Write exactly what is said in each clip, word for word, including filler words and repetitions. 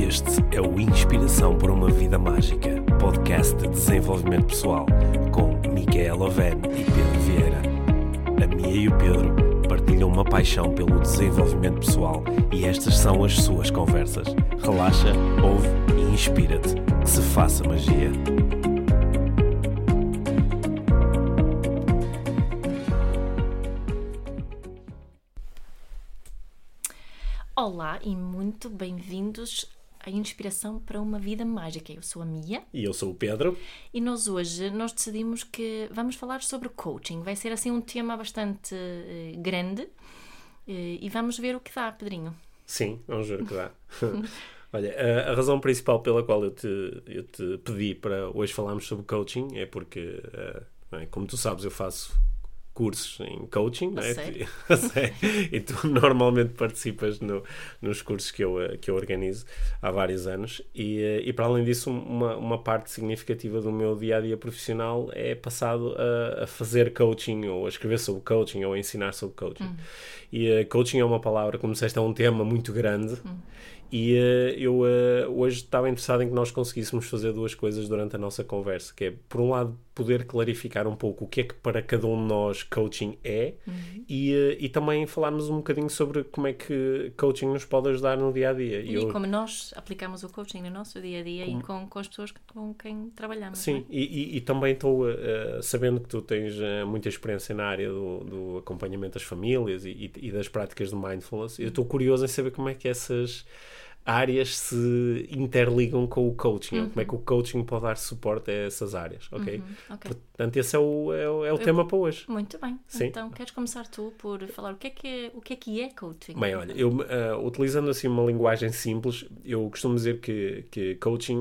Este é o Inspiração por uma Vida Mágica, podcast de desenvolvimento pessoal, com Micaela Oven e Pedro Vieira. A Mia e o Pedro partilham uma paixão pelo desenvolvimento pessoal e estas são as suas conversas. Relaxa, ouve e inspira-te. Que se faça magia. Olá e muito bem-vindos à Inspiração para uma Vida Mágica. Eu sou a Mia. E eu sou o Pedro. E nós hoje nós decidimos que vamos falar sobre coaching. Vai ser assim um tema bastante uh, grande uh, e vamos ver o que dá, Pedrinho. Sim, vamos ver o que dá. Olha, a, a razão principal pela qual eu te, eu te pedi para hoje falarmos sobre coaching é porque, uh, como tu sabes, eu faço cursos em coaching, não é? E tu normalmente participas no, nos cursos que eu, que eu organizo há vários anos e, e para além disso uma, uma parte significativa do meu dia-a-dia profissional é passado a, a fazer coaching ou a escrever sobre coaching ou a ensinar sobre coaching. Hum. E uh, coaching é uma palavra, como disseste, é um tema muito grande. Hum. E uh, eu uh, hoje estava interessado em que nós conseguíssemos fazer duas coisas durante a nossa conversa, que é, por um lado, poder clarificar um pouco o que é que para cada um de nós coaching é, uhum. e, uh, e também falarmos um bocadinho sobre como é que coaching nos pode ajudar no dia-a-dia. E, e eu... como nós aplicamos o coaching no nosso dia-a-dia como... e com, com as pessoas com quem trabalhamos. Sim, é? e, e, e também estou uh, sabendo que tu tens uh, muita experiência na área do, do acompanhamento das famílias e, e, e das práticas de mindfulness. Uhum. Eu estou curioso em saber como é que essas áreas se interligam com o coaching, uhum. como é que o coaching pode dar suporte a essas áreas, ok? Uhum, okay. Portanto, esse é o, é o, é o Eu, tema para hoje. Muito bem. Sim? Então, queres começar tu por falar o que é que é, o que é, que é coaching? Bem, olha, eu, uh, utilizando assim uma linguagem simples, eu costumo dizer que, que coaching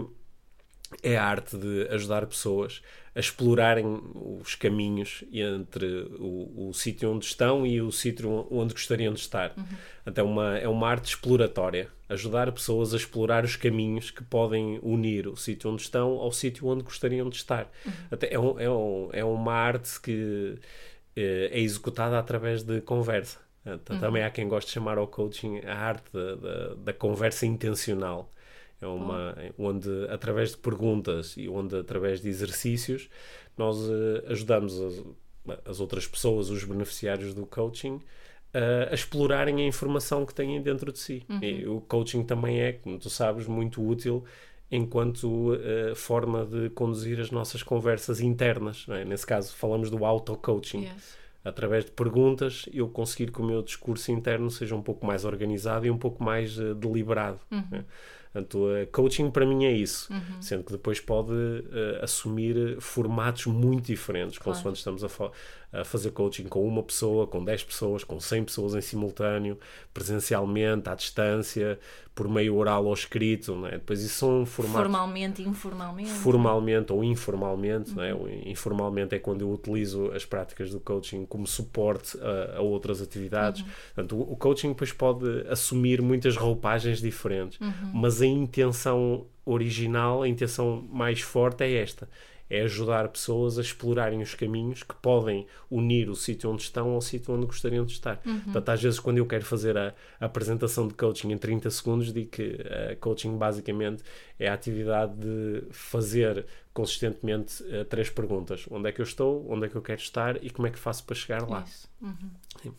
é a arte de ajudar pessoas a explorarem os caminhos entre o, o sítio onde estão e o sítio onde gostariam de estar. Uhum. Então é uma, é uma arte exploratória. Ajudar pessoas a explorar os caminhos que podem unir o sítio onde estão ao sítio onde gostariam de estar. Uhum. Até é, um, é, um, é uma arte que é, é executada através de conversa. Então, uhum. Também há quem goste de chamar ao coaching a arte da, da, da conversa intencional. É uma, onde, através de perguntas e onde, através de exercícios, nós uh, ajudamos as, as outras pessoas, os beneficiários do coaching, uh, a explorarem a informação que têm dentro de si. Uhum. E o coaching também é, como tu sabes, muito útil enquanto uh, forma de conduzir as nossas conversas internas. Não é? Nesse caso, falamos do auto-coaching. Yes. Através de perguntas, eu conseguir que o meu discurso interno seja um pouco mais organizado e um pouco mais uh, deliberado. Uhum. Né? Portanto, uh, coaching para mim é isso, uhum. sendo que depois pode uh, assumir formatos muito diferentes, claro. Consoante estamos a, fa- a fazer coaching com uma pessoa, com dez pessoas, com cem pessoas em simultâneo, presencialmente, à distância, por meio oral ou escrito, não é? Depois isso são formatos... Formalmente e informalmente. Formalmente ou informalmente, uhum. não é? Informalmente é quando eu utilizo as práticas do coaching como suporte a, a outras atividades. Uhum. Portanto, o, o coaching depois pode assumir muitas roupagens diferentes, uhum. mas a intenção original, a intenção mais forte é esta. É ajudar pessoas a explorarem os caminhos que podem unir o sítio onde estão ao sítio onde gostariam de estar. Uhum. Portanto, às vezes, quando eu quero fazer a, a apresentação de coaching em trinta segundos, digo que a coaching basicamente é a atividade de fazer consistentemente uh, três perguntas. Onde é que eu estou? Onde é que eu quero estar? E como é que faço para chegar lá? Isso. Uhum.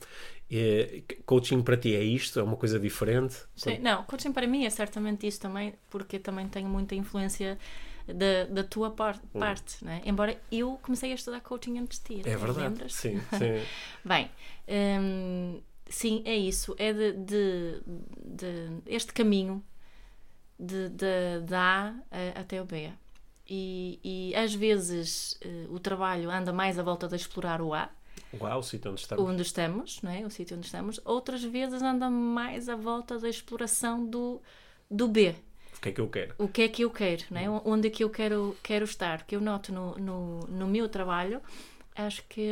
E, coaching para ti é isto? É uma coisa diferente? Sim, não, coaching para mim é certamente isso também, porque também tenho muita influência Da, da tua par- hum. parte, não é? Embora eu comecei a estudar coaching antes de ti. É verdade, lembras? sim, sim. Bem, hum, sim, é isso. É de, de, de este caminho de, de, de A até o B. E, e às vezes uh, o trabalho anda mais à volta de explorar o A. O A, o sítio onde estamos. Onde estamos, não é? O sítio onde estamos. Outras vezes anda mais à volta da exploração do, do B. O que é que eu quero? O que é que eu quero, não é? Onde é que eu quero, quero estar? O que eu noto no, no, no meu trabalho, acho que,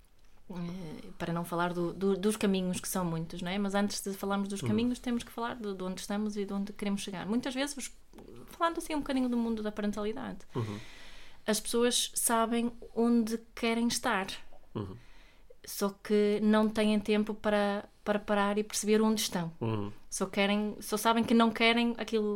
para não falar do, do, dos caminhos, que são muitos, não é? Mas antes de falarmos dos caminhos, hum. temos que falar de, de onde estamos e de onde queremos chegar. Muitas vezes, falando assim um bocadinho do mundo da parentalidade, uhum. as pessoas sabem onde querem estar, uhum. só que não têm tempo para, para parar e perceber onde estão. Uhum. Só, querem, só sabem que não querem aquilo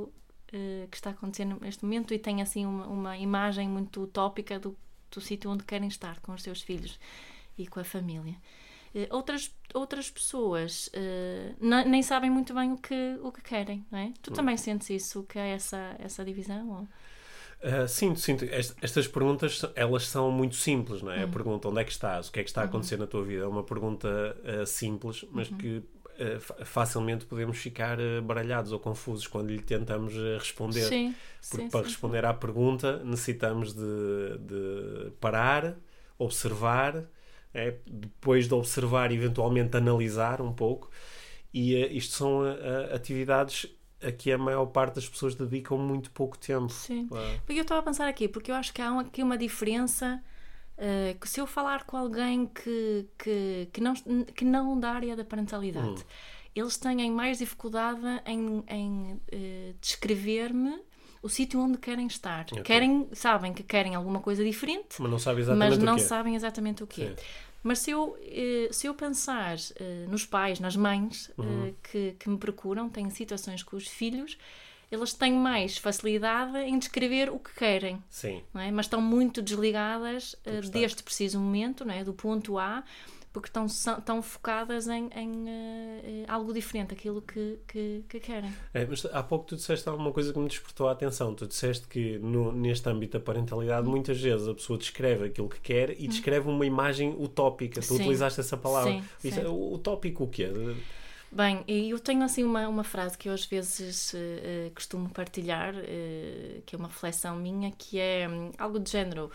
uh, que está acontecendo neste momento e têm assim uma, uma imagem muito utópica do, do sítio onde querem estar com os seus filhos e com a família. Uh, outras, outras pessoas uh, n- nem sabem muito bem o que, o que querem, não é? Tu também sentes isso, que é essa, essa divisão? Ou? Uh, sinto, sinto. Est- Estas perguntas, elas são muito simples, não é? Uhum. A pergunta, onde é que estás? O que é que está a acontecer uhum. na tua vida? É uma pergunta uh, simples, mas uhum. que uh, facilmente podemos ficar uh, baralhados ou confusos quando lhe tentamos uh, responder. Sim, Porque sim, para sim, responder sim. à pergunta necessitamos de, de parar, observar, é? Depois de observar, eventualmente analisar um pouco. E uh, isto são uh, atividades a que a maior parte das pessoas dedicam muito pouco tempo. Sim, uh, porque eu estava a pensar aqui, porque eu acho que há uma, aqui uma diferença, uh, que se eu falar com alguém que, que, que, não, que não da área da parentalidade, hum. eles têm mais dificuldade em, em uh, descrever-me o sítio onde querem estar. Okay. Querem, sabem que querem alguma coisa diferente, mas não sabem exatamente mas o não que é. sabem exatamente o que é. Mas se eu, se eu pensar uh, nos pais, nas mães uhum. uh, que, que me procuram, têm situações com os filhos, elas têm mais facilidade em descrever o que querem. Sim. Não é? Mas estão muito desligadas uh, deste preciso momento, não é? Do ponto A, porque estão, estão focadas em, em uh, algo diferente, aquilo que, que, que querem. É, mas há pouco tu disseste alguma coisa que me despertou a atenção. Tu disseste que no, neste âmbito da parentalidade, hum. muitas vezes a pessoa descreve aquilo que quer e hum. descreve uma imagem utópica. Tu sim. utilizaste essa palavra. Sim, Isso, sim. Utópico o quê? Bem, eu tenho assim uma, uma frase que eu às vezes uh, costumo partilhar, uh, que é uma reflexão minha, que é um, algo do género...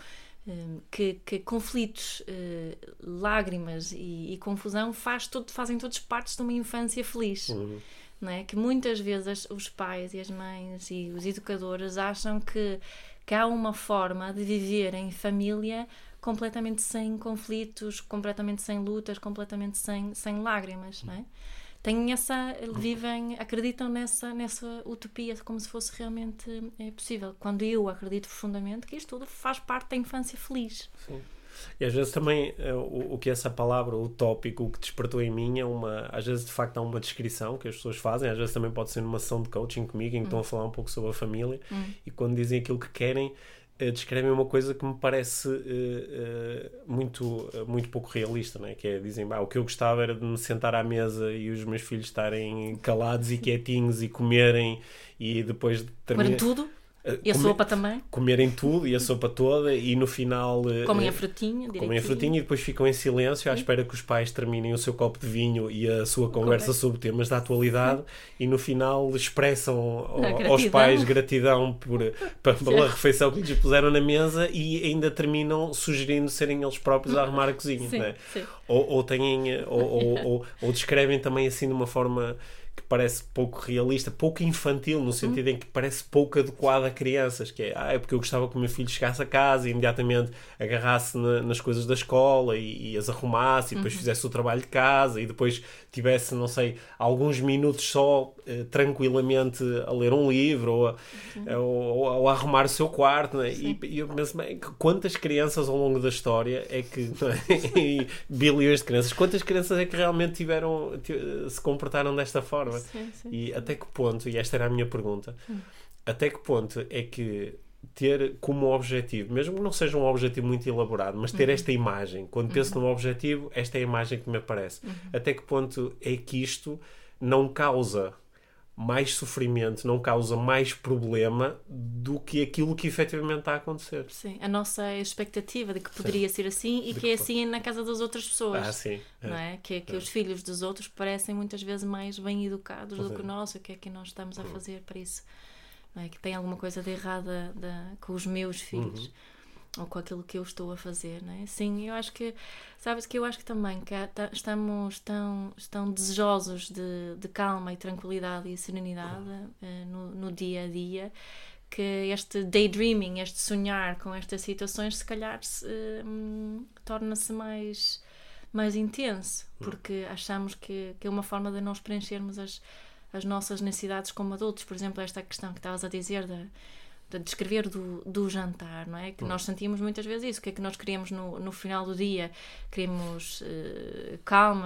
Que, que conflitos, uh, lágrimas e, e confusão faz todo, fazem todos partes de uma infância feliz. Uhum. Não é? Que muitas vezes os pais e as mães e os educadores acham que, que há uma forma de viver em família completamente sem conflitos, completamente sem lutas, completamente sem, sem lágrimas, não é? Têm essa, vivem, acreditam nessa, nessa utopia como se fosse realmente é, possível. Quando eu acredito profundamente que isto tudo faz parte da infância feliz. Sim. E às vezes também o, o que essa palavra utópico, o que despertou em mim é uma, às vezes de facto há uma descrição que as pessoas fazem, às vezes também pode ser numa sessão de coaching comigo em que hum. estão a falar um pouco sobre a família hum. e quando dizem aquilo que querem descrevem uma coisa que me parece uh, uh, muito, uh, muito pouco realista, né? Que é, dizem, bah, o que eu gostava era de me sentar à mesa e os meus filhos estarem calados e quietinhos e comerem e depois de terminar... Comerem tudo? E a Come... sopa também? Comerem tudo e a sopa toda e no final... Comem a frutinha. Comem a frutinha e depois ficam em silêncio à espera que os pais terminem o seu copo de vinho e a sua conversa Correto. sobre temas da atualidade e no final expressam ao, aos pais gratidão por, por, pela refeição que lhes puseram na mesa e ainda terminam sugerindo serem eles próprios a arrumar a cozinha. Sim, né? sim. Ou, ou, têm, ou, ou, ou, ou descrevem também assim de uma forma... que parece pouco realista, pouco infantil, no sentido em que parece pouco adequado a crianças, que é, ah, é porque eu gostava que o meu filho chegasse a casa e imediatamente agarrasse na, nas coisas da escola e, e as arrumasse e depois uhum. fizesse o trabalho de casa e depois tivesse, não sei, alguns minutos só eh, tranquilamente a ler um livro ou a, uhum. ou, ou, ou a arrumar o seu quarto, né? e, e eu penso, bem, quantas crianças ao longo da história é que, não é? E bilhões de crianças, quantas crianças é que realmente tiveram, se comportaram desta forma? Sim, sim. E até que ponto, e esta era a minha pergunta, hum. até que ponto é que ter como objetivo, mesmo que não seja um objetivo muito elaborado, mas ter uhum. esta imagem, quando penso uhum. num objetivo, esta é a imagem que me aparece. Uhum. Até que ponto é que isto não causa mais sofrimento, não causa mais problema do que aquilo que efetivamente está a acontecer. Sim, a nossa expectativa de que poderia sim. ser assim e de que é que... assim na casa das outras pessoas. Ah, sim. Não é? Que, que é. os filhos dos outros parecem muitas vezes mais bem educados do sim. que o nosso. O que é que nós estamos a fazer para isso? Não é? Que tem alguma coisa de errada da, com os meus filhos. Uhum. Ou com aquilo que eu estou a fazer, não é? Sim, eu acho que, sabes que eu acho que também que há, tá, estamos tão, tão desejosos de, de calma e tranquilidade e serenidade uh, no, no dia a dia, que este daydreaming, este sonhar com estas situações, se calhar se, um, torna-se mais, mais intenso, porque achamos que, que é uma forma de nós preenchermos as, as nossas necessidades como adultos. Por exemplo, esta questão que estavas a dizer da de descrever do, do jantar, não é? Que hum. nós sentimos muitas vezes isso. O que é que nós queremos no, no final do dia? Queremos uh, calma,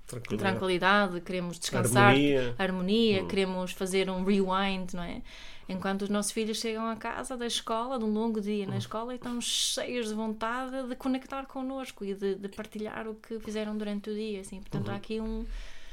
tranquilidade, tranquilidade queremos descansar, harmonia, harmonia hum. queremos fazer um rewind, não é? Enquanto os nossos filhos chegam a casa da escola, de um longo dia na escola, e estão cheios de vontade de conectar connosco e de, de partilhar o que fizeram durante o dia, assim. Portanto, uhum. há aqui um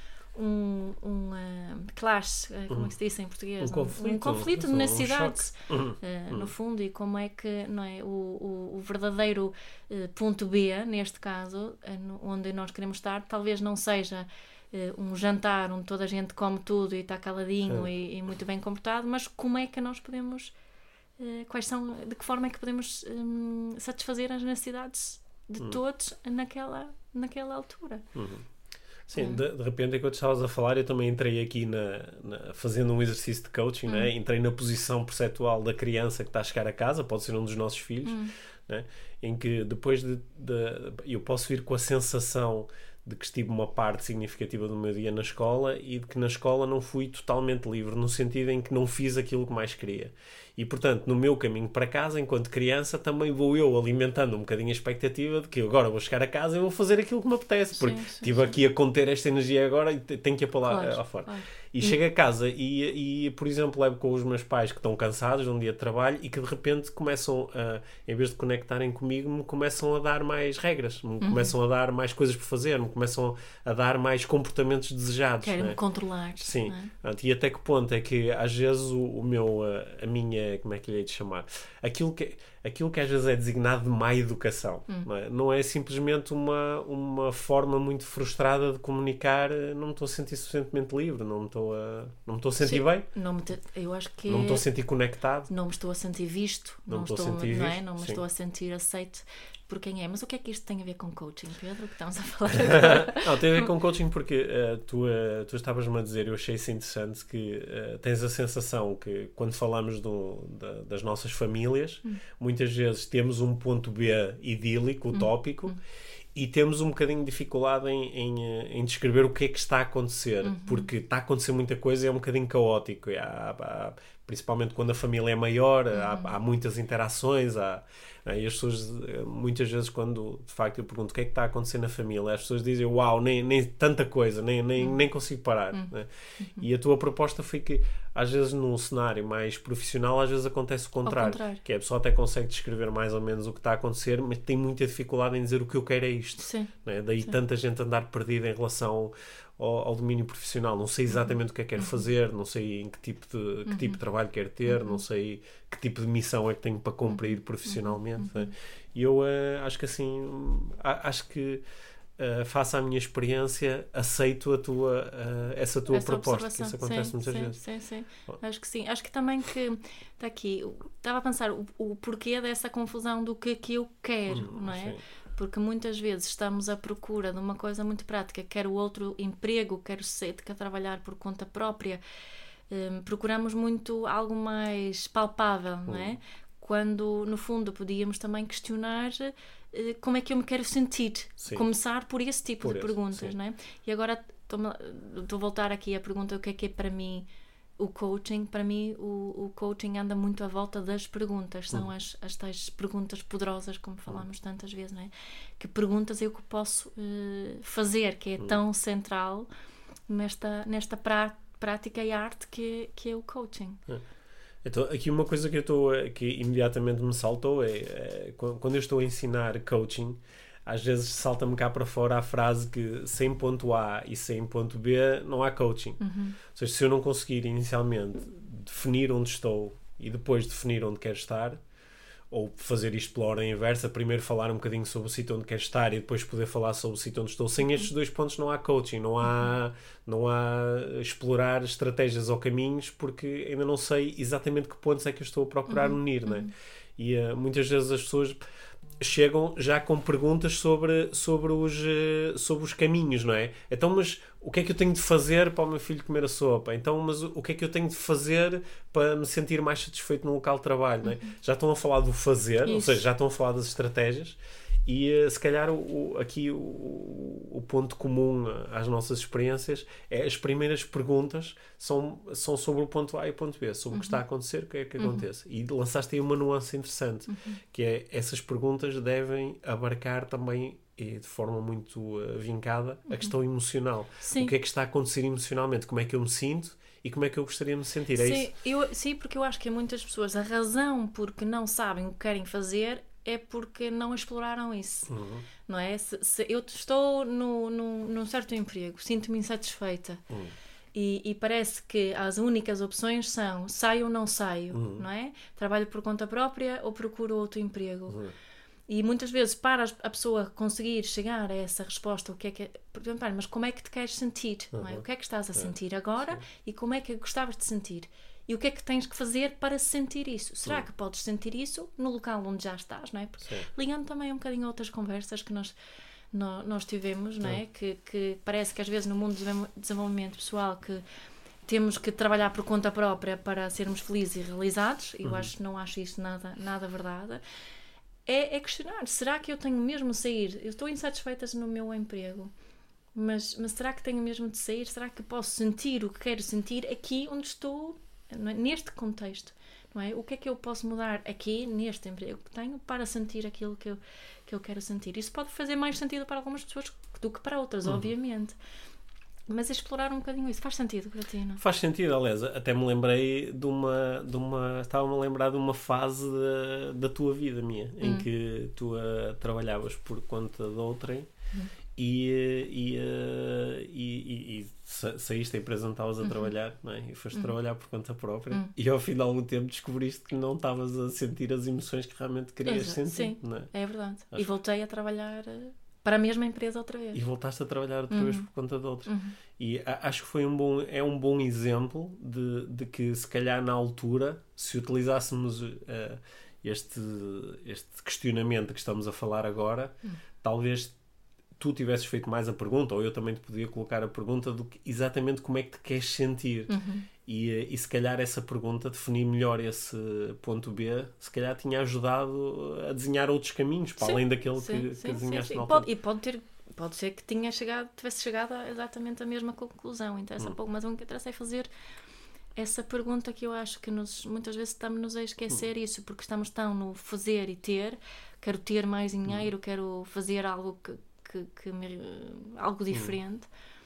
um, um uh, clash, uh, como é que se diz em português? Um conflito, um conflito um, de um necessidades, uhum. uh, uhum. no fundo, e como é que, não é, o, o, o verdadeiro uh, ponto B, neste caso, uh, no, onde nós queremos estar, talvez não seja uh, um jantar onde toda a gente come tudo e está caladinho e, e muito bem comportado, mas como é que nós podemos, uh, quais são, de que forma é que podemos um, satisfazer as necessidades de uhum. todos naquela, naquela altura. Uhum. Sim, de, de repente, enquanto estavas a falar, eu também entrei aqui na, na, fazendo um exercício de coaching, hum. né? Entrei na posição perceptual da criança que está a chegar a casa, pode ser um dos nossos filhos, hum. né? Em que depois de, de... eu posso vir com a sensação de que estive uma parte significativa do meu dia na escola e de que na escola não fui totalmente livre, no sentido em que não fiz aquilo que mais queria. E, portanto, no meu caminho para casa, enquanto criança, também vou eu alimentando um bocadinho a expectativa de que agora vou chegar a casa e vou fazer aquilo que me apetece, porque sim, sim, estive sim. aqui a conter esta energia agora e tenho que ir para lá, claro, lá fora. Claro. E, e chego a casa e, e, por exemplo, levo com os meus pais que estão cansados de um dia de trabalho e que de repente começam a, em vez de conectarem comigo, me começam a dar mais regras, me uhum. começam a dar mais coisas por fazer, me começam a dar mais comportamentos desejados. Querem-me né? controlar. Sim. É? E até que ponto é que às vezes o, o meu, a, a minha, como é que lhe hei de chamar? Aquilo que, aquilo que às vezes é designado de má educação. Hum. Não, é? Não é simplesmente uma, uma forma muito frustrada de comunicar, não me estou a sentir suficientemente livre, não me estou a, não me estou a sentir Sim, bem. Não me te, eu acho que não me estou a sentir conectado. Não me estou a sentir visto. Não, não me estou, estou a sentir não, visto, é? não me sim. estou a sentir aceito por quem é. Mas o que é que isto tem a ver com coaching, Pedro? Que estamos a falar agora? Não, tem a ver com coaching porque uh, tu, uh, tu estavas-me a dizer, eu achei isso interessante, que uh, tens a sensação que quando falamos do, da, das nossas famílias, hum. muitas vezes temos um ponto B idílico, utópico, hum. e temos um bocadinho de dificuldade em, em, em descrever o que é que está a acontecer, uhum. porque está a acontecer muita coisa e é um bocadinho caótico. Há, há, principalmente quando a família é maior, uhum. há, há muitas interações, há, e as pessoas, muitas vezes, quando de facto eu pergunto o que é que está a acontecer na família, as pessoas dizem, uau, nem, nem tanta coisa, nem, nem, uhum. nem consigo parar. Uhum. Né? Uhum. E a tua proposta foi que, às vezes, num cenário mais profissional, às vezes acontece o contrário, contrário. que a pessoa até consegue descrever mais ou menos o que está a acontecer, mas tem muita dificuldade em dizer o que eu quero é isto. Sim. Né? Daí Sim. tanta gente andar perdida em relação ao, ao domínio profissional. Não sei exatamente uhum. o que é que quero uhum. fazer, não sei em que tipo de, que uhum. tipo de trabalho quero ter, uhum. não sei que tipo de missão é que tenho para cumprir uhum. profissionalmente. Uhum. Né? E eu uh, acho que assim, acho que Uh, face à minha experiência, aceito a tua, uh, essa tua essa proposta, que isso acontece sim, muitas sim, vezes. Sim, sim. Acho que sim. Acho que também que está aqui, estava a pensar o, o porquê dessa confusão do que, que eu quero, hum, não é? Sim. Porque muitas vezes estamos à procura de uma coisa muito prática, quero outro emprego, quero ser, quero trabalhar por conta própria, um, procuramos muito algo mais palpável, hum. não é? Quando, no fundo, podíamos também questionar uh, como é que eu me quero sentir. Sim. Começar por esse tipo por de esse, perguntas, não é? E agora estou a voltar aqui à pergunta o que é que é para mim o coaching. Para mim, o, o coaching anda muito à volta das perguntas. São hum. as, as tais perguntas poderosas, como falámos hum. tantas vezes, não é? Que perguntas eu que posso uh, fazer, que é hum. tão central nesta, nesta prá, prática e arte que, que é o coaching. Hum. Então, aqui uma coisa que eu estou que imediatamente me saltou é, é quando eu estou a ensinar coaching, às vezes salta-me cá para fora a frase que sem ponto A e sem ponto B não há coaching. Uhum. Ou seja, se eu não conseguir inicialmente definir onde estou e depois definir onde quero estar, ou fazer isto pela ordem inversa, primeiro falar um bocadinho sobre o sítio onde quero estar e depois poder falar sobre o sítio onde estou. Sem estes dois pontos não há coaching, não há, não há explorar estratégias ou caminhos, porque ainda não sei exatamente que pontos é que eu estou a procurar unir, né? E uh, muitas vezes as pessoas chegam já com perguntas sobre, sobre, os, sobre os caminhos, não é? Então, mas o que é que eu tenho de fazer para o meu filho comer a sopa? Então, mas o que é que eu tenho de fazer para me sentir mais satisfeito no local de trabalho, não é? Uhum. Já estão a falar do fazer, Isso. ou seja, já estão a falar das estratégias e se calhar o, o, aqui o, o ponto comum às nossas experiências é as primeiras perguntas são, são sobre o ponto A e o ponto B, sobre uhum. o que está a acontecer, o que é que uhum. acontece. E lançaste aí uma nuance interessante, uhum. que é essas perguntas devem abarcar também e de forma muito uh, vincada, a Uhum. questão emocional. Sim. O que é que está a acontecer emocionalmente? Como é que eu me sinto e como é que eu gostaria de me sentir? É Sim, isso? eu, sim, porque eu acho que muitas pessoas, a razão porque não sabem o que querem fazer é porque não exploraram isso. Uhum. Não é? Se, se eu estou no, no, num certo emprego, sinto-me insatisfeita Uhum. e, e parece que as únicas opções são saio ou não saio, Uhum. não é? Trabalho por conta própria ou procuro outro emprego. Uhum. E muitas vezes, para a pessoa conseguir chegar a essa resposta, o que é que é, mas como é que te queres sentir? Não é? O que é que estás a sentir agora e como é que gostavas de sentir? E o que é que tens que fazer para sentir isso? Será Sim. que podes sentir isso no local onde já estás? Não é? Porque, Sim. ligando também um bocadinho a outras conversas que nós, nós, nós tivemos, não é? Que, que parece que às vezes no mundo do desenvolvimento pessoal que temos que trabalhar por conta própria para sermos felizes e realizados. Eu Uhum. acho, não acho isso nada, nada verdade. É, é questionar, será que eu tenho mesmo de sair? Eu estou insatisfeita no meu emprego, mas, mas será que tenho mesmo de sair? Será que posso sentir o que quero sentir aqui onde estou, não é? Neste contexto? Não é? O que é que eu posso mudar aqui, neste emprego que tenho, para sentir aquilo que eu, que eu quero sentir? Isso pode fazer mais sentido para algumas pessoas do que para outras, Uhum. obviamente. Mas explorar um bocadinho isso faz sentido para ti, não? Faz sentido, aliás, até me lembrei de uma, de uma estava-me a lembrar de uma fase da, da tua vida minha, em Hum. que tu uh, trabalhavas por conta de outrem Hum. e, e, uh, e, e, e sa- saíste da empresa onde estavas a trabalhar, não é? E foste Uhum. trabalhar por conta própria Hum. e ao fim de algum tempo descobriste que não estavas a sentir as emoções que realmente querias Exato, sentir, sim, não é? é verdade. Acho E voltei a trabalhar uh, para a mesma empresa outra vez. E voltaste a trabalhar outra vez Uhum. por conta de outros. Uhum. E a- acho que foi um bom, é um bom exemplo de, de que, se calhar, na altura, se utilizássemos uh, este, este questionamento que estamos a falar agora, Uhum. talvez tu tivesses feito mais a pergunta, ou eu também te podia colocar a pergunta do que exatamente como é que te queres sentir. Uhum. E, e se calhar essa pergunta, definir melhor esse ponto B, se calhar tinha ajudado a desenhar outros caminhos, para Sim, além daquele sim, que, sim, que desenhaste sim, sim. na E altura. pode, e pode ter, pode ser que tinha chegado, tivesse chegado a exatamente a mesma conclusão. Interessa Hum. pouco, mas o que interessa é fazer essa pergunta que eu acho que nos, muitas vezes estamos a esquecer Hum. isso, porque estamos tão no fazer e ter. Quero ter mais dinheiro, quero fazer algo que, que, que me, algo diferente.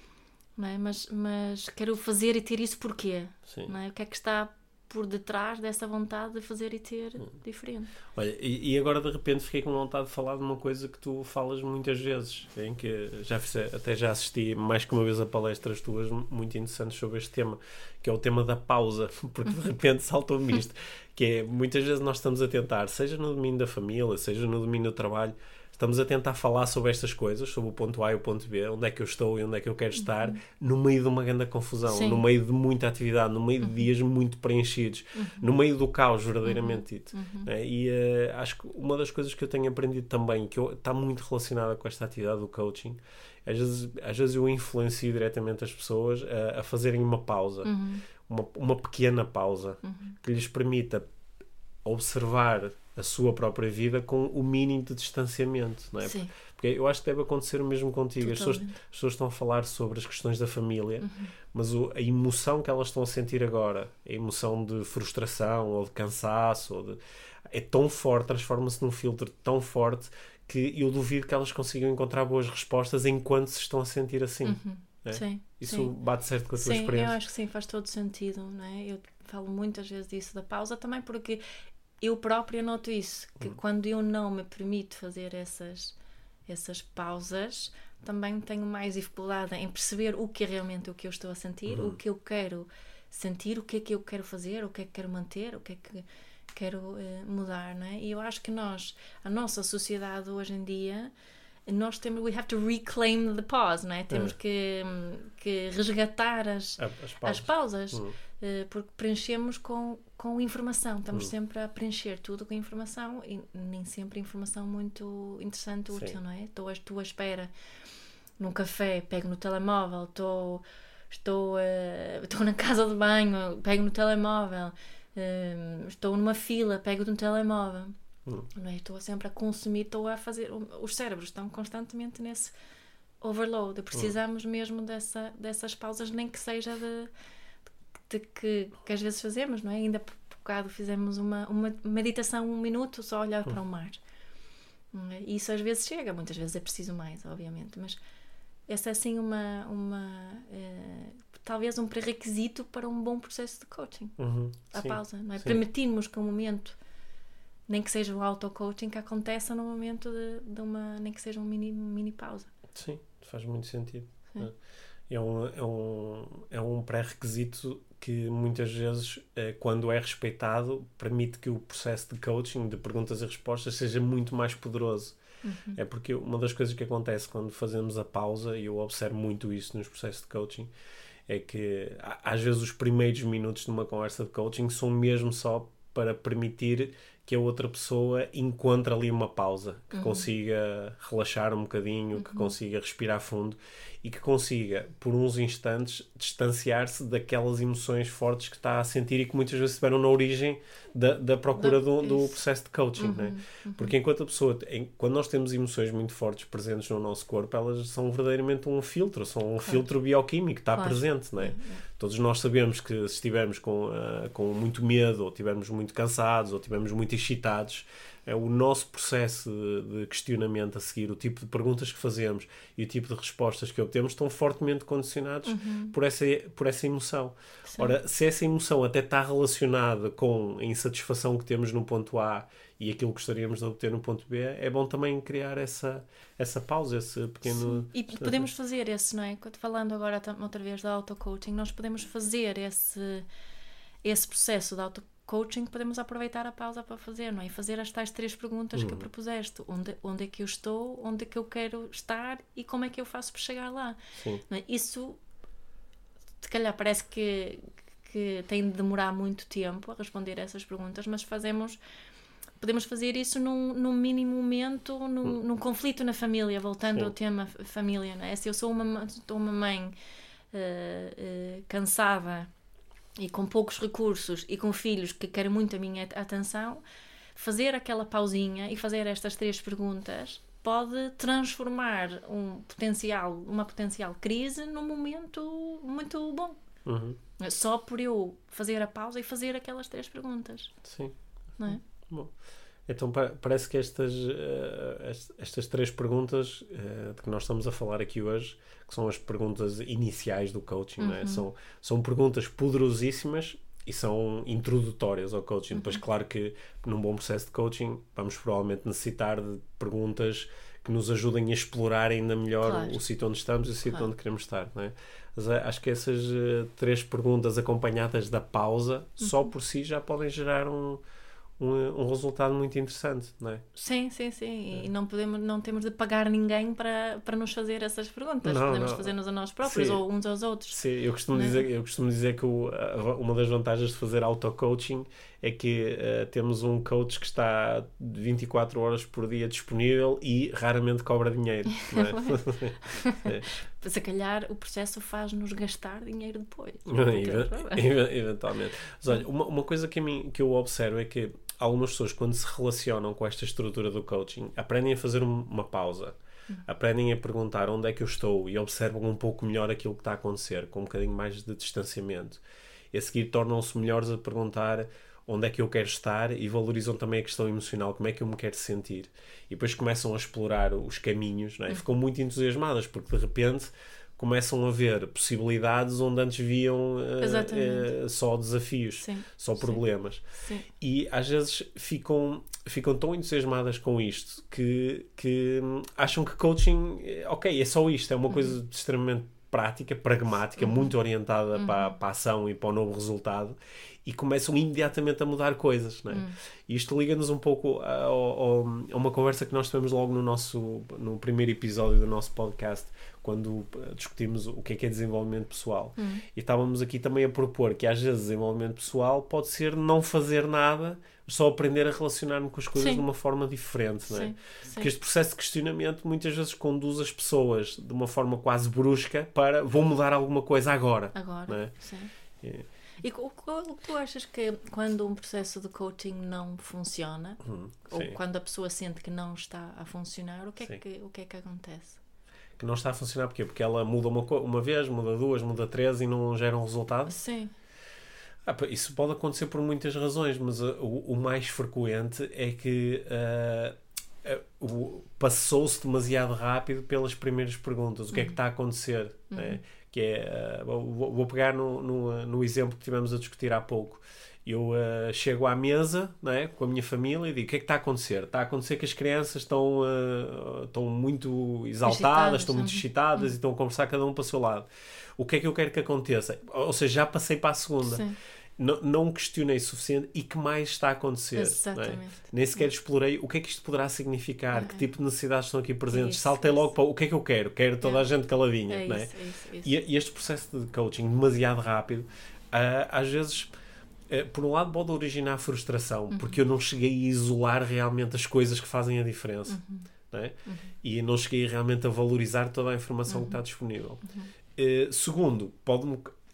Não é? mas, mas quero fazer e ter isso porquê? Sim. Não é? O que é que está por detrás dessa vontade de fazer e ter diferente? Olha, e, e agora de repente fiquei com vontade de falar de uma coisa que tu falas muitas vezes, em que já fiz, até já assisti mais que uma vez a palestras tuas muito interessantes sobre este tema, que é o tema da pausa, porque de repente saltou-me isto, que é, muitas vezes nós estamos a tentar, seja no domínio da família, seja no domínio do trabalho, estamos a tentar falar sobre estas coisas, sobre o ponto A e o ponto B, onde é que eu estou e onde é que eu quero estar, uhum. no meio de uma grande confusão, Sim. no meio de muita atividade, no meio de uhum. dias muito preenchidos, uhum. no meio do caos, verdadeiramente dito. Uhum. Né? E uh, acho que uma das coisas que eu tenho aprendido também, que eu, está muito relacionada com esta atividade do coaching, às vezes, às vezes eu influencio diretamente as pessoas a, a fazerem uma pausa, uhum. uma, uma pequena pausa, uhum. que lhes permita observar a sua própria vida com o mínimo de distanciamento, não é? Sim. Porque eu acho que deve acontecer o mesmo contigo. As pessoas, as pessoas estão a falar sobre as questões da família, uhum. mas o, a emoção que elas estão a sentir agora, a emoção de frustração ou de cansaço, ou de, é tão forte, transforma-se num filtro tão forte que eu duvido que elas consigam encontrar boas respostas enquanto se estão a sentir assim. Uhum. É? Sim. Isso sim. bate certo com a tua sim, experiência? Eu acho que sim, faz todo sentido, não é? Eu falo muitas vezes disso da pausa também porque eu própria noto isso, que hum. quando eu não me permito fazer essas, essas pausas, também tenho mais dificuldade em perceber o que é realmente o que eu estou a sentir, uhum. o que eu quero sentir, o que é que eu quero fazer, o que é que quero manter, o que é que quero uh, mudar, não é? E eu acho que nós, a nossa sociedade hoje em dia, nós temos, we have to reclaim the pause, não é? Temos é. Que, que resgatar as, as pausas, as pausas uhum. uh, porque preenchemos com, com informação, estamos uhum. sempre a preencher tudo com informação e nem sempre informação muito interessante, Sim. útil, não é? Estou, estou à espera num café, pego no telemóvel, estou, estou, uh, estou na casa de banho, pego no telemóvel, uh, estou numa fila, pego no telemóvel. Hum. Não é? Estou sempre a consumir, estou a fazer. Os cérebros estão constantemente nesse overload. Precisamos hum. mesmo dessa, dessas pausas, nem que seja de, de que, que às vezes fazemos, não é? Ainda por bocado fizemos uma, uma meditação, um minuto, só olhar hum. para o mar. E isso às vezes chega, muitas vezes é preciso mais, obviamente, mas essa é assim uma, uma uh, talvez um pré-requisito para um bom processo de coaching. Uhum, a sim, pausa, não é? Sim. Permitirmos que um momento, nem que seja o auto-coaching, que aconteça no momento de, de uma, nem que seja uma mini, mini pausa. Sim, faz muito sentido. Sim. É um, é um, é um pré-requisito que muitas vezes, quando é respeitado, permite que o processo de coaching, de perguntas e respostas, seja muito mais poderoso. Uhum. É porque uma das coisas que acontece quando fazemos a pausa, e eu observo muito isso nos processos de coaching, é que às vezes os primeiros minutos de uma conversa de coaching são mesmo só para permitir que a outra pessoa encontre ali uma pausa, que uhum. consiga relaxar um bocadinho, uhum. que consiga respirar fundo e que consiga, por uns instantes, distanciar-se daquelas emoções fortes que está a sentir e que muitas vezes estiveram na origem da, da procura do, do processo de coaching. Uhum. Né? Uhum. Porque enquanto a pessoa, em, quando nós temos emoções muito fortes presentes no nosso corpo, elas são verdadeiramente um filtro, são um claro. filtro bioquímico, está claro. presente. Né? Uhum. Todos nós sabemos que se estivermos com, uh, com muito medo, ou estivermos muito cansados, ou estivermos muito excitados, é o nosso processo de, de questionamento a seguir, o tipo de perguntas que fazemos e o tipo de respostas que obtemos estão fortemente condicionados uhum. por, essa, por essa emoção. Sim. Ora, se essa emoção até está relacionada com a insatisfação que temos no ponto A e aquilo que gostaríamos de obter no ponto B, é bom também criar essa, essa pausa, esse pequeno... Sim. E podemos fazer esse, não é? Falando agora outra vez da auto-coaching, nós podemos fazer esse, esse processo de auto-coaching coaching, podemos aproveitar a pausa para fazer, não é? E fazer as tais três perguntas uhum. que propuseste. Onde, onde é que eu estou? Onde é que eu quero estar? E como é que eu faço para chegar lá? Não é? Isso, se calhar, parece que, que tem de demorar muito tempo a responder a essas perguntas, mas fazemos... Podemos fazer isso num, num mínimo momento, num, num conflito na família, voltando Sim. ao tema família, não é? Se eu sou uma, sou uma mãe uh, uh, cansada e com poucos recursos e com filhos que querem muito a minha atenção, fazer aquela pausinha e fazer estas três perguntas pode transformar um potencial, uma potencial crise num momento muito bom. Uhum. Só por eu fazer a pausa e fazer aquelas três perguntas. Sim. Não é? Bom. Então parece que estas, estas três perguntas de que nós estamos a falar aqui hoje, que são as perguntas iniciais do coaching, uhum. não é? são, são perguntas poderosíssimas e são introdutórias ao coaching. Uhum. Depois, claro que num bom processo de coaching vamos provavelmente necessitar de perguntas que nos ajudem a explorar ainda melhor claro. o sítio onde estamos e o sítio claro. onde queremos estar. Não é? Mas acho que essas uh, três perguntas acompanhadas da pausa, uhum. só por si já podem gerar um Um, um resultado muito interessante, não é? Sim, sim, sim. E é. não, podemos, não temos de pagar ninguém para, para nos fazer essas perguntas. Não, podemos fazer-nos a nós próprios sim. ou uns aos outros. Sim, eu costumo, dizer, eu costumo dizer que o, uma das vantagens de fazer auto-coaching é que uh, temos um coach que está vinte e quatro horas por dia disponível e raramente cobra dinheiro. Não é? é. Se calhar o processo faz-nos gastar dinheiro depois. Eventualmente. Mas olha, uma, uma coisa que, a mim, que eu observo é que algumas pessoas, quando se relacionam com esta estrutura do coaching, aprendem a fazer uma pausa, uhum. aprendem a perguntar onde é que eu estou e observam um pouco melhor aquilo que está a acontecer, com um bocadinho mais de distanciamento. E a seguir tornam-se melhores a perguntar onde é que eu quero estar e valorizam também a questão emocional, como é que eu me quero sentir. E depois começam a explorar os caminhos, não é? E ficam muito entusiasmadas, porque de repente começam a ver possibilidades onde antes viam uh, uh, só desafios, Sim. só problemas. Sim. Sim. E às vezes ficam, ficam tão entusiasmadas com isto que, que acham que coaching, ok, é só isto, é uma uhum. coisa extremamente prática, pragmática, uhum. muito orientada uhum. para, para a ação e para o novo resultado, e começam imediatamente a mudar coisas, não é? Uhum. E isto liga-nos um pouco a, a, a uma conversa que nós tivemos logo no nosso no primeiro episódio do nosso podcast, quando discutimos o que é que é desenvolvimento pessoal. Uhum. E estávamos aqui também a propor que às vezes desenvolvimento pessoal pode ser não fazer nada, só aprender a relacionar-me com as coisas Sim. de uma forma diferente, não é? Sim. Porque Sim. este processo de questionamento muitas vezes conduz as pessoas de uma forma quase brusca para vou mudar alguma coisa agora. Agora, não é? Sim. É. E o que tu achas que quando um processo de coaching não funciona, hum, ou quando a pessoa sente que não está a funcionar, o que é, que, o que, é que acontece? Que não está a funcionar porquê? Porque ela muda uma, uma vez, muda duas, muda três e não gera um resultado? Sim. Ah, isso pode acontecer por muitas razões, mas uh, o, o mais frequente é que uh, uh, o, passou-se demasiado rápido pelas primeiras perguntas. O que é que está a acontecer? Uhum. Né? Que é, uh, vou, vou pegar no, no, no exemplo que tivemos a discutir há pouco. Eu uh, chego à mesa, né, com a minha família e digo, o que é que está a acontecer? Está a acontecer que as crianças estão, uh, estão muito exaltadas, Excitadas, estão muito uhum. excitadas Uhum. e estão a conversar cada um para o seu lado. O que é que eu quero que aconteça? Ou seja, já passei para a segunda. Sim. Não, não questionei o suficiente e que mais está a acontecer. Exatamente. Não é? Nem sequer explorei o que é que isto poderá significar, Uhum. que tipo de necessidades estão aqui presentes. Isso, Saltei isso. logo para o que é que eu quero. Quero toda Yeah. a gente caladinha. É não é? isso, é isso, é isso. E, e este processo de coaching demasiado rápido, uh, às vezes, uh, por um lado, pode originar frustração, Uhum. porque eu não cheguei a isolar realmente as coisas que fazem a diferença. Uhum. Não é? Uhum. E não cheguei realmente a valorizar toda a informação Uhum. que está disponível. Uhum. Uh, segundo, pode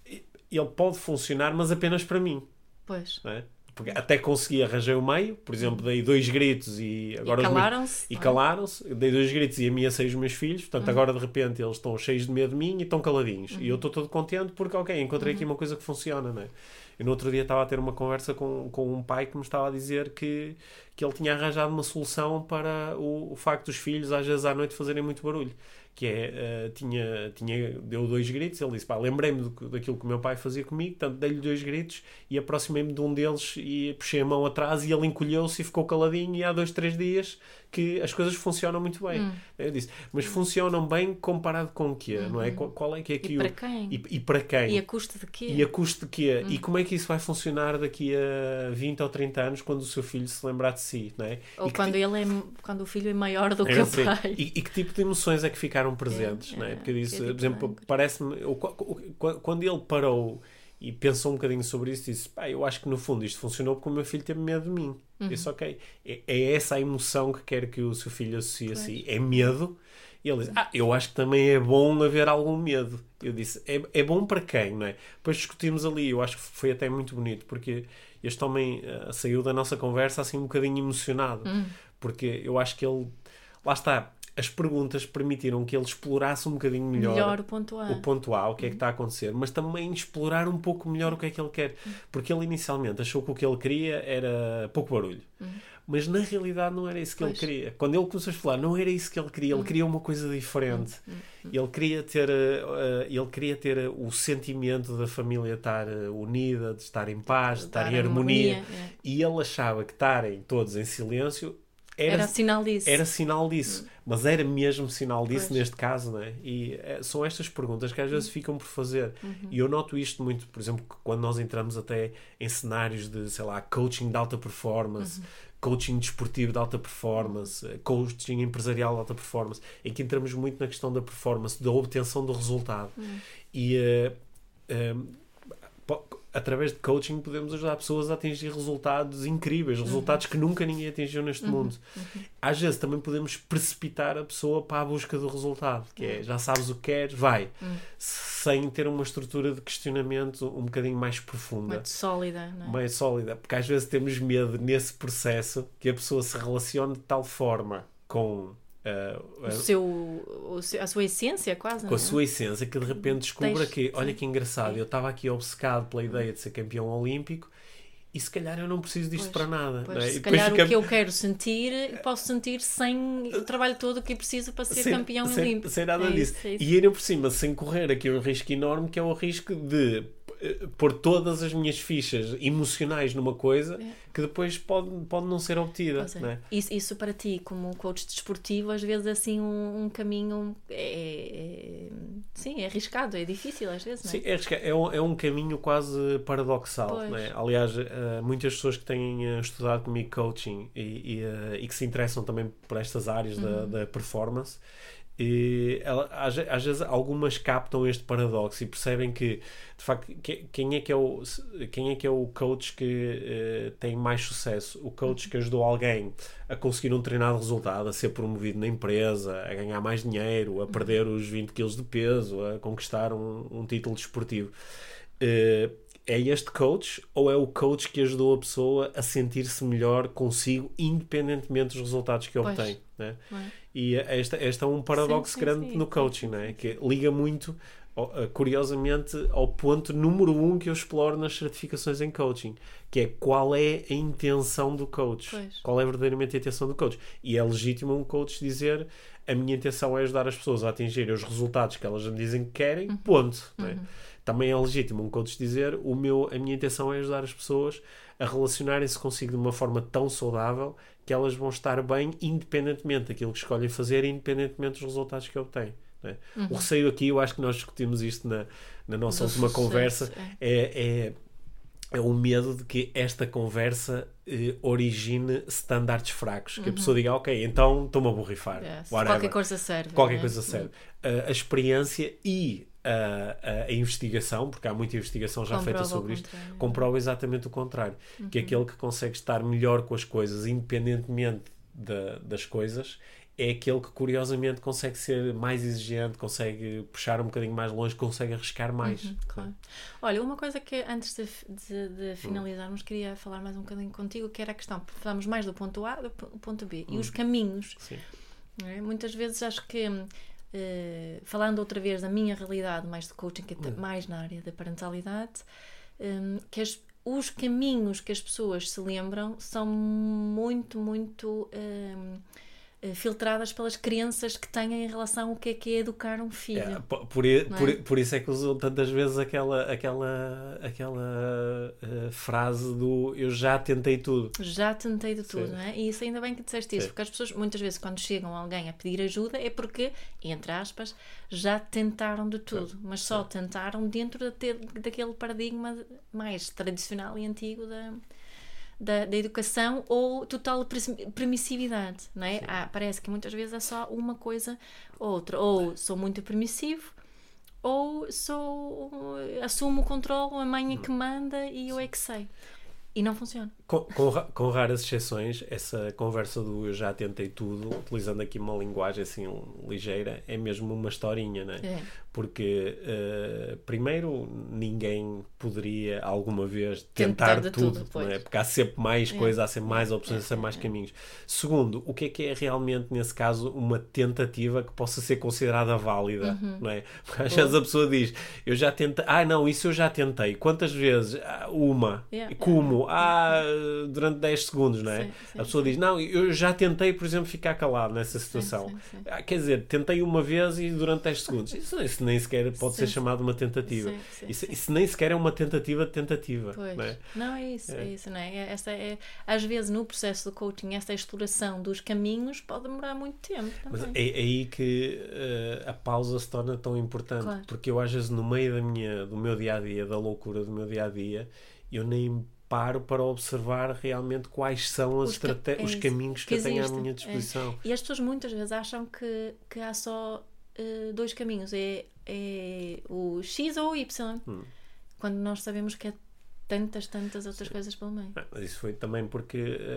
ele pode funcionar, mas apenas para mim. Pois. Não é? Porque até consegui arranjar o meio, por exemplo, dei dois gritos e agora E os meus- calaram-se. e não é? calaram-se, dei dois gritos e ameacei os meus filhos, portanto Uhum. agora de repente eles estão cheios de medo de mim e estão caladinhos. Uhum. E eu estou todo contente porque, ok, encontrei aqui Uhum. uma coisa que funciona, não é? Eu no outro dia estava a ter uma conversa com, com um pai que me estava a dizer que, que ele tinha arranjado uma solução para o, o facto dos filhos às vezes à noite fazerem muito barulho. Que é, uh, tinha, tinha, deu dois gritos, ele disse, pá, lembrei-me do, daquilo que o meu pai fazia comigo, portanto dei-lhe dois gritos e aproximei-me de um deles e puxei a mão atrás e ele encolheu-se e ficou caladinho e há dois, três dias que as coisas funcionam muito bem. Hum. Eu disse, mas funcionam bem comparado com o quê? Uhum. Não é? Qual, qual é que é aqui E para o... quem? E, e para quem? E a custo de quê? E a custo de quê? Hum. E como é que isso vai funcionar daqui a vinte ou trinta anos quando o seu filho se lembrar de si, não é? Ou E que quando, ti- ele é, quando o filho é maior do que é o assim. pai. E, e que tipo de emoções é que ficaram presentes, É, não é? é, Porque eu disse, que tipo por exemplo, de ângulos. parece-me... eu- qu- Quando ele parou e pensou um bocadinho sobre isso, disse, pá, eu acho que no fundo isto funcionou porque o meu filho teve medo de mim. Uhum. Disse, ok, é, é essa a emoção que quer que o seu filho associe a si. Pois. É medo. E ele disse, ah, eu acho que também é bom haver algum medo. Eu disse, é, é bom para quem, não é? Depois discutimos ali, eu acho que foi até muito bonito, porque este homem uh, saiu da nossa conversa assim um bocadinho emocionado. Hum. Porque eu acho que ele... Lá está, as perguntas permitiram que ele explorasse um bocadinho melhor, Melhor o ponto A. o ponto A, o que é que está a acontecer, mas também explorar um pouco melhor o que é que ele quer. Porque ele inicialmente achou que o que ele queria era pouco barulho. Hum. Mas na realidade não era isso que Pois. ele queria. Quando ele começou a falar, não era isso que ele queria. Ele Hum. queria uma coisa diferente. Hum, hum. Ele queria ter, uh, uh, ele queria ter uh, o sentimento da família estar uh, unida, de estar em paz, de estar em harmonia. é. E ele achava que estarem todos em silêncio era, Era sinal disso. era sinal disso. Mas era mesmo sinal disso Pois. neste caso, não é? E eh, são estas perguntas que às vezes ficam por fazer. Uhum. E eu noto isto muito, por exemplo, quando nós entramos até em cenários de, sei lá, coaching de alta performance, Uhum. coaching desportivo de alta performance, eh, coaching empresarial de alta performance, em que entramos muito na questão da performance, da obtenção do resultado. Uhum. E eh, eh, po- através de coaching podemos ajudar pessoas a atingir resultados incríveis, resultados que nunca ninguém atingiu neste Uhum. mundo. Uhum. Às vezes também podemos precipitar a pessoa para a busca do resultado, que é, já sabes o que queres, vai. Uhum. Sem ter uma estrutura de questionamento um bocadinho mais profunda, Muito sólida, não é? mais sólida. Porque às vezes temos medo nesse processo que a pessoa se relacione de tal forma com... Uh, O seu, o seu- a sua essência, quase. com não a é? sua essência, que de repente descubra Deixe- que, olha sim. que engraçado, Sim. eu estava aqui obcecado pela ideia de ser campeão olímpico e se calhar eu não preciso disto Pois, para nada. Pois, não é? E se depois calhar fica- o que eu quero sentir, posso sentir sem o trabalho todo que preciso para ser sem, campeão sem, olímpico. sem nada É disso. isso, é isso. E ainda por cima, sem correr aqui um risco enorme, que é o risco de eh, pôr todas as minhas fichas emocionais numa coisa É. que depois pode, pode não ser obtida. Pois é. Não é? Isso, isso para ti, como coach desportivo, às vezes é assim um, um caminho é, é- sim, é arriscado, é difícil às vezes, não é? Sim, é, arrisca- é, um, é um caminho quase paradoxal. Pois. Não é? Aliás, eh, muitas pessoas que têm eh, estudado comigo coaching e, e, eh, e que se interessam também por estas áreas da, Uhum. da performance, e ela, às, às vezes algumas captam este paradoxo e percebem que, de facto, que- quem é que é o, quem é, que é o coach que eh, tem mais sucesso? O coach que ajudou alguém a conseguir um determinado resultado, a ser promovido na empresa, a ganhar mais dinheiro, a perder os vinte quilos de peso, a conquistar um, um título desportivo. Eh, é este coach ou é o coach que ajudou a pessoa a sentir-se melhor consigo, independentemente dos resultados que Pois. obtém, né? Não é? E esta, este é um paradoxo Sim, sim, grande sim, no sim, coaching, sim, né? sim. Que liga muito curiosamente, ao ponto número um que eu exploro nas certificações em coaching, que é qual é a intenção do coach. Pois. Qual é verdadeiramente a intenção do coach. E é legítimo um coach dizer a minha intenção é ajudar as pessoas a atingirem os resultados que elas me dizem que querem, uhum. ponto. Uhum. Não é? Também é legítimo um coach dizer o meu, a minha intenção é ajudar as pessoas a relacionarem-se consigo de uma forma tão saudável que elas vão estar bem independentemente daquilo que escolhem fazer e independentemente dos resultados que obtêm. É? Uhum. O receio aqui, eu acho que nós discutimos isto na, na nossa Do última sucesso, conversa, é, é, é o medo de que esta conversa eh, origine standards fracos. Uhum. Que a pessoa diga, ok, então estou-me a borrifar. Yes. Qualquer coisa serve. Qualquer né? coisa serve. Uhum. Uh, a experiência e a, a, a investigação, porque há muita investigação já comprova feita sobre isto, contrário. comprova exatamente o contrário. Uhum. Que aquele que consegue estar melhor com as coisas, independentemente da, das coisas, é aquele que curiosamente consegue ser mais exigente, consegue puxar um bocadinho mais longe, consegue arriscar mais. Uhum, claro. Olha, uma coisa que antes de, de, de finalizarmos, uhum. queria falar mais um bocadinho contigo, que era a questão, falamos mais do ponto A do ponto B, uhum. e os caminhos. Sim. É? Muitas vezes acho que, uh, falando outra vez da minha realidade, mais de coaching, que uhum. mais na área da parentalidade, um, que as, os caminhos que as pessoas se lembram são muito, muito... Um, filtradas pelas crenças que têm em relação ao que é que é educar um filho. É, por, por, por, por isso é que usam tantas vezes aquela, aquela, aquela uh, frase do eu já tentei tudo. Já tentei de tudo, Sim. não é? E isso ainda bem que disseste isso, Sim. porque as pessoas muitas vezes quando chegam a alguém a pedir ajuda é porque, entre aspas, já tentaram de tudo, Sim. mas só Sim. tentaram dentro de ter, daquele paradigma mais tradicional e antigo da... Da, da educação ou total permissividade, não é? Ah, parece que muitas vezes é só uma coisa ou outra. Ou sou muito permissivo, ou sou, assumo o controle, a mãe é que manda e eu é que sei. E não funciona. Com, com, com raras exceções, essa conversa do eu já tentei tudo, utilizando aqui uma linguagem assim ligeira, é mesmo uma historinha, não é? É. Porque, uh, primeiro, ninguém poderia alguma vez tentar, tentar tudo, tudo não é? Porque há sempre mais é. coisas, há sempre mais opções, é. há sempre mais é. caminhos. Segundo, o que é que é realmente, nesse caso, uma tentativa que possa ser considerada válida, uhum. não é? Porque às vezes a pessoa diz, eu já tentei, ah não, isso eu já tentei. Quantas vezes? Uma. Yeah. Como? Ah, durante dez segundos, não é? Sim, sim, a pessoa sim. diz, não, eu já tentei, por exemplo, ficar calado nessa situação. Sim, sim, sim. Ah, quer dizer, tentei uma vez e durante dez segundos. Isso, isso nem sequer pode sim, ser chamado uma tentativa. Sim, sim, isso, sim. isso nem sequer é uma tentativa de tentativa. Pois. Não é? Não, é isso, é, é isso, não é? Essa é? Às vezes, no processo do coaching, essa exploração dos caminhos pode demorar muito tempo também. Mas é, é aí que uh, a pausa se torna tão importante. Claro. Porque eu, às vezes, no meio da minha, do meu dia-a-dia, da loucura do meu dia-a-dia, eu nem paro para observar realmente quais são as os, ca estrate... é os caminhos que, que eu tenho à minha disposição. É. E as pessoas muitas vezes acham que, que há só uh, dois caminhos. É, é o X ou o Y. Hum. Quando nós sabemos que é tantas, tantas outras Sim. coisas pelo meio. Mas isso foi também porque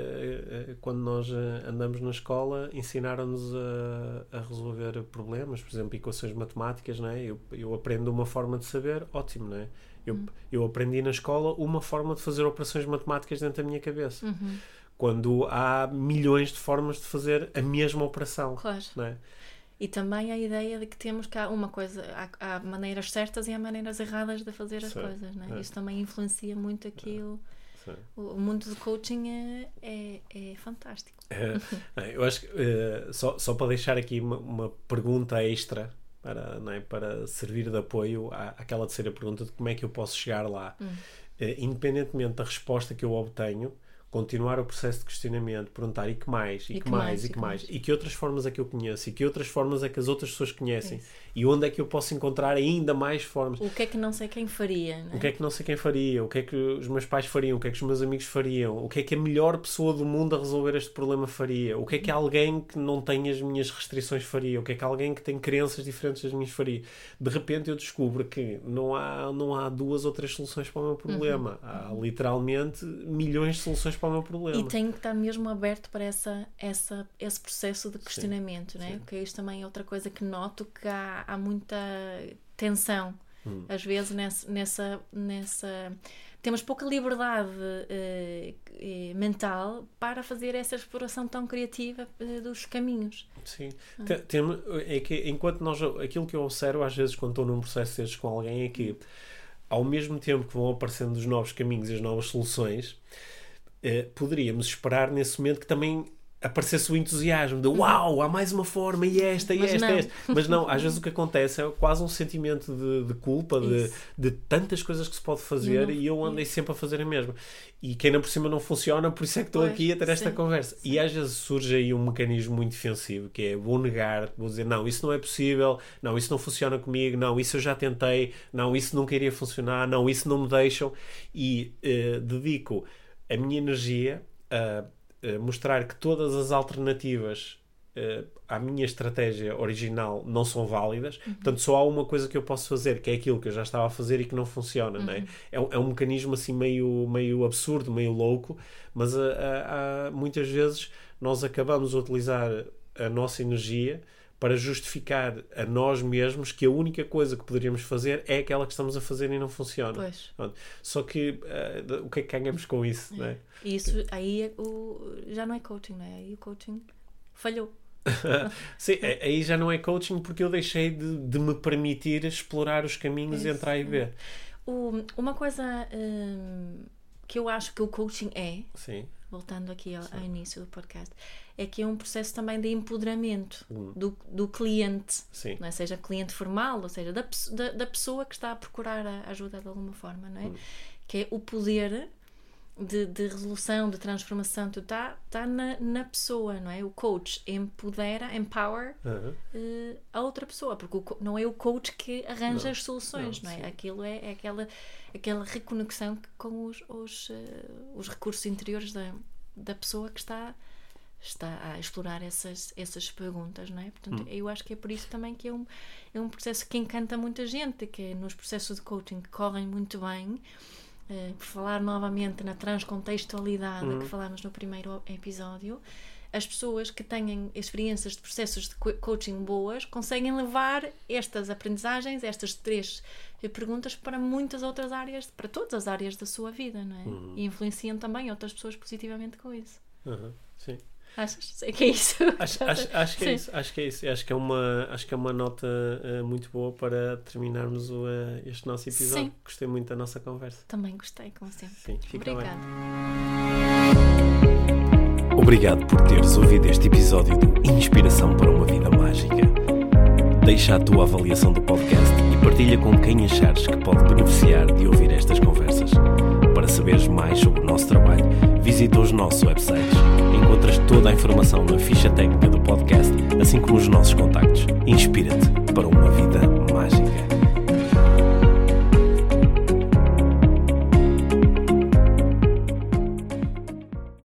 uh, uh, quando nós uh, andamos na escola ensinaram-nos a, a resolver problemas, por exemplo, equações matemáticas, não é? Eu, eu aprendo uma forma de saber, ótimo, não é? Eu, uhum. eu aprendi na escola uma forma de fazer operações matemáticas dentro da minha cabeça. Uhum. Quando há milhões de formas de fazer a mesma operação. Claro. Não é? E também a ideia de que temos que há uma coisa, há, há maneiras certas e há maneiras erradas de fazer as Sim. coisas, não é? É. Isso também influencia muito aquilo. É. O, o mundo do coaching é, é, é fantástico. É, eu acho que uh, só, só para deixar aqui uma, uma pergunta extra para, não é, para servir de apoio à, àquela terceira pergunta de como é que eu posso chegar lá. Hum. Uh, independentemente da resposta que eu obtenho, continuar o processo de questionamento, perguntar e que mais, e, e que, que mais, mais, e que mais, mais, e que outras formas é que eu conheço, e que outras formas é que as outras pessoas conhecem, Isso. e onde é que eu posso encontrar ainda mais formas. O que é que não sei quem faria, não é? O que é que não sei quem faria, o que é que os meus pais fariam, o que é que os meus amigos fariam, o que é que a melhor pessoa do mundo a resolver este problema faria, o que é que alguém que não tem as minhas restrições faria, o que é que alguém que tem crenças diferentes das minhas faria. De repente eu descubro que não há, não há duas ou três soluções para o meu problema, uhum. há literalmente milhões de soluções para o meu problema. E tem que estar mesmo aberto para essa, essa, esse processo de questionamento, sim, né? Porque isto também é outra coisa que noto, que há, há muita tensão, hum. às vezes, nessa, nessa, nessa, temos pouca liberdade uh, uh, mental para fazer essa exploração tão criativa uh, dos caminhos. Sim. Ah. Tem, tem, é que enquanto nós, aquilo que eu observo às vezes quando estou num processo destes com alguém é que ao mesmo tempo que vão aparecendo os novos caminhos e as novas soluções, eh, poderíamos esperar nesse momento que também aparecesse o entusiasmo de uau, há mais uma forma, e esta, e Mas esta, não. e esta. Mas não, às vezes o que acontece é quase um sentimento de, de culpa, de, de tantas coisas que se pode fazer, não, e eu andei sempre a fazer a mesma. E que ainda por cima não funciona, por isso é que estou pois, aqui a ter esta sim, conversa. sim. E às vezes surge aí um mecanismo muito defensivo, que é vou negar, vou dizer não, isso não é possível, não, isso não funciona comigo, não, isso eu já tentei, não, isso nunca iria funcionar, não, isso não me deixam, e uh, dedico a minha energia a mostrar que todas as alternativas uh, à minha estratégia original não são válidas. Uhum. Portanto, só há uma coisa que eu posso fazer, que é aquilo que eu já estava a fazer e que não funciona. Uhum. Não é? É, um, é um mecanismo assim meio, meio absurdo, meio louco, mas uh, uh, uh, muitas vezes nós acabamos a utilizar a nossa energia para justificar a nós mesmos que a única coisa que poderíamos fazer é aquela que estamos a fazer e não funciona. Pois. Só que uh, o que é que ganhamos com isso? É. Não é? Isso aí o, já não é coaching, não é? Aí o coaching falhou. Sim, aí já não é coaching porque eu deixei de, de me permitir explorar os caminhos isso, entre A e B. O, uma coisa hum, que eu acho que o coaching é, sim, voltando aqui ao, ao início do podcast, é que é um processo também de empoderamento hum. do, do cliente, não é? Seja cliente formal, ou seja, da, da, da pessoa que está a procurar a ajuda de alguma forma, não é? Hum. Que é o poder de, de resolução, de transformação, está tá na, na pessoa, não é? O coach empodera, empower uh-huh. uh, a outra pessoa, porque o, não é o coach que arranja não. as soluções, não, não é? Sim. Aquilo é, é aquela, aquela reconexão com os, os, uh, os recursos interiores da, da pessoa que está, está a explorar essas, essas perguntas, não é? Portanto, hum. eu acho que é por isso também que é um, é um processo que encanta muita gente, que é nos processos de coaching que correm muito bem. Uh, por falar novamente na transcontextualidade uhum. que falámos no primeiro episódio, as pessoas que têm experiências de processos de coaching boas conseguem levar estas aprendizagens, estas três perguntas para muitas outras áreas, para todas as áreas da sua vida, não é? Uhum. E influenciam também outras pessoas positivamente com isso. Uhum. Sim. Achas? Sei que é isso. Acho, acho, acho que é isso. Acho que é isso. Acho que é uma, acho que é uma nota uh, muito boa para terminarmos o, uh, este nosso episódio. Sim. Gostei muito da nossa conversa. Também gostei, como sempre. Sim, fica Obrigada. Bem. Obrigado por teres ouvido este episódio do Inspiração para uma Vida Mágica. Deixa a tua avaliação do podcast e partilha com quem achares que pode beneficiar de ouvir estas conversas. Para saberes mais sobre o nosso trabalho, visita os nossos websites. Encontras toda a informação na ficha técnica